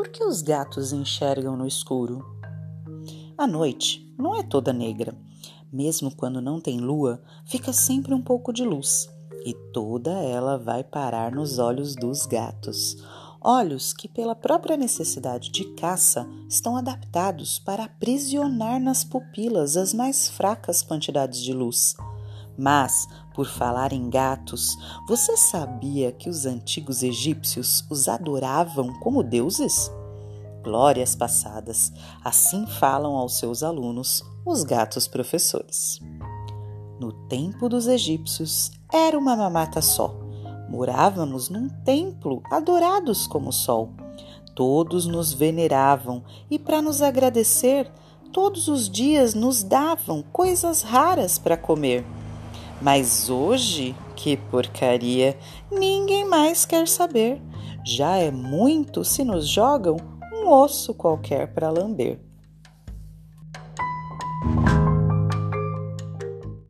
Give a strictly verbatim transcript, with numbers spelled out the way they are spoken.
Por que os gatos enxergam no escuro? A noite não é toda negra. Mesmo quando não tem lua, fica sempre um pouco de luz. E toda ela vai parar nos olhos dos gatos. Olhos que, pela própria necessidade de caça, estão adaptados para aprisionar nas pupilas as mais fracas quantidades de luz. Mas, por falar em gatos, você sabia que os antigos egípcios os adoravam como deuses? Glórias passadas, assim falam aos seus alunos os gatos professores. No tempo dos egípcios, era uma mamata só. Morávamos num templo, adorados como o sol. Todos nos veneravam e, para nos agradecer, todos os dias nos davam coisas raras para comer. Mas hoje, que porcaria, ninguém mais quer saber. Já é muito se nos jogam um osso qualquer para lamber.